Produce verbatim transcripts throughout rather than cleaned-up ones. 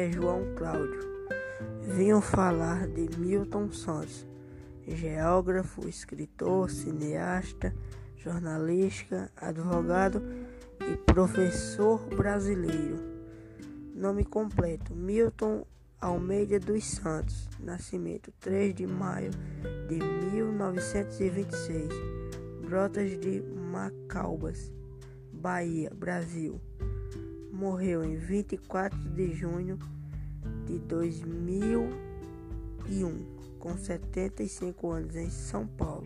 é João Cláudio. Venho falar de Milton Santos, geógrafo, escritor, cineasta, jornalista, advogado e professor brasileiro. Nome completo: Milton Almeida dos Santos. Nascimento: três de maio de mil novecentos e vinte e seis. Brotas de Macaubas, Bahia, Brasil. Morreu em vinte e quatro de junho de dois mil e um, com setenta e cinco anos, em São Paulo.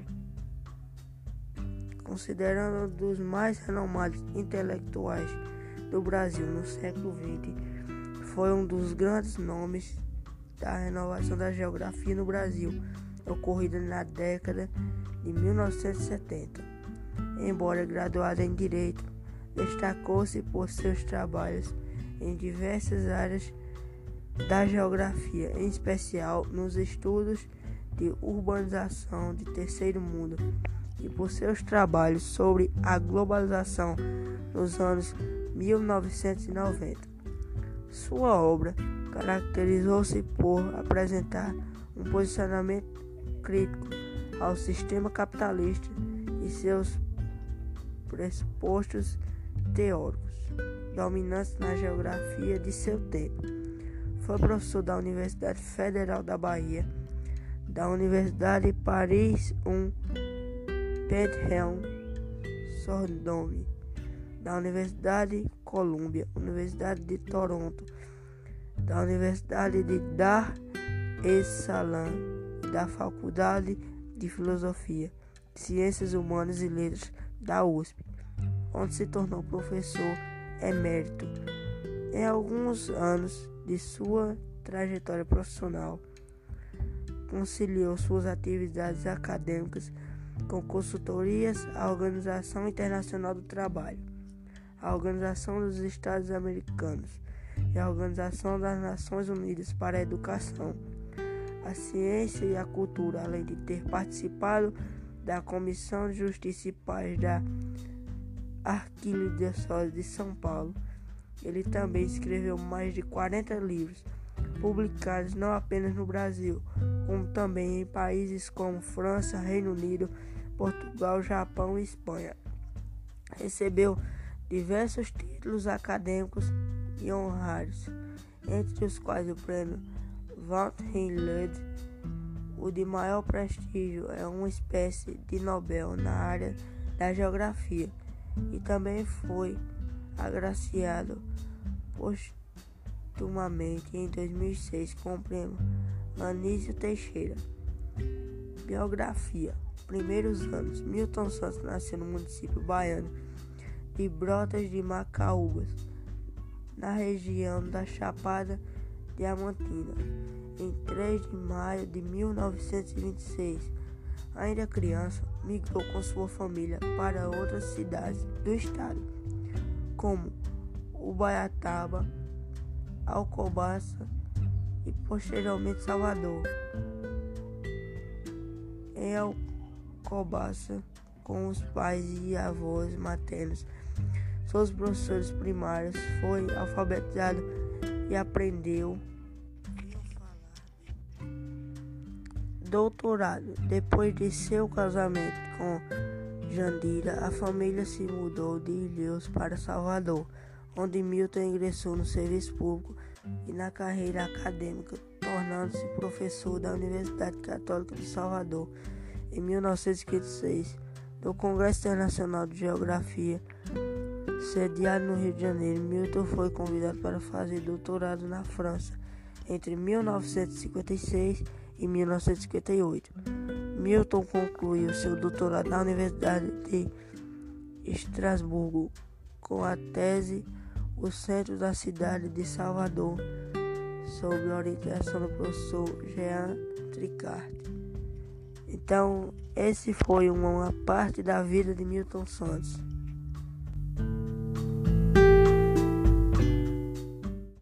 Considerado um dos mais renomados intelectuais do Brasil no século vinte, foi um dos grandes nomes da renovação da geografia no Brasil, ocorrida na década de mil novecentos e setenta. Embora graduado em Direito, destacou-se por seus trabalhos em diversas áreas da geografia, em especial nos estudos de urbanização de terceiro mundo e por seus trabalhos sobre a globalização nos anos mil novecentos e noventa. Sua obra caracterizou-se por apresentar um posicionamento crítico ao sistema capitalista e seus pressupostos teóricos dominantes na geografia de seu tempo. Foi professor da Universidade Federal da Bahia, da Universidade Paris I Pantheon Sorbonne, da Universidade Columbia, Universidade de Toronto, da Universidade de Dar es Salaam e da Faculdade de Filosofia, Ciências Humanas e Letras da U S P, onde se tornou professor emérito. Em alguns anos de sua trajetória profissional, conciliou suas atividades acadêmicas com consultorias à Organização Internacional do Trabalho, à Organização dos Estados Americanos e à Organização das Nações Unidas para a Educação, a Ciência e a Cultura, além de ter participado da Comissão de Justiça e Paz da Arquidiocese de São Paulo. Ele também escreveu mais de quarenta livros, publicados não apenas no Brasil, como também em países como França, Reino Unido, Portugal, Japão e Espanha. Recebeu diversos títulos acadêmicos e honorários, entre os quais o prêmio Vanderlei, o de maior prestígio, é uma espécie de Nobel na área da geografia, e também foi agraciado postumamente em dois mil e seis com o prêmio Anísio Teixeira. Biografia. Primeiros anos. Milton Santos nasceu no município baiano de Brotas de Macaúbas, na região da Chapada Diamantina, em três de maio de mil novecentos e vinte e seis. Ainda criança, migrou com sua família para outras cidades do estado, como Ubaiataba, Alcobaça e posteriormente Salvador. Em Alcobaça, com os pais e avós maternos, seus professores primários, foi alfabetizado e aprendeu doutorado. Depois de seu casamento com Jandira, a família se mudou de Ilhéus para Salvador, onde Milton ingressou no serviço público e na carreira acadêmica, tornando-se professor da Universidade Católica de Salvador. Em mil novecentos e cinquenta e seis, no Congresso Internacional de Geografia, sediado no Rio de Janeiro, Milton foi convidado para fazer doutorado na França entre mil novecentos e cinquenta e seis e mil novecentos e cinquenta e oito. Milton concluiu seu doutorado na Universidade de Estrasburgo com a tese O Centro da Cidade de Salvador, sob a orientação do professor Jean Tricart. Então, esse foi uma parte da vida de Milton Santos.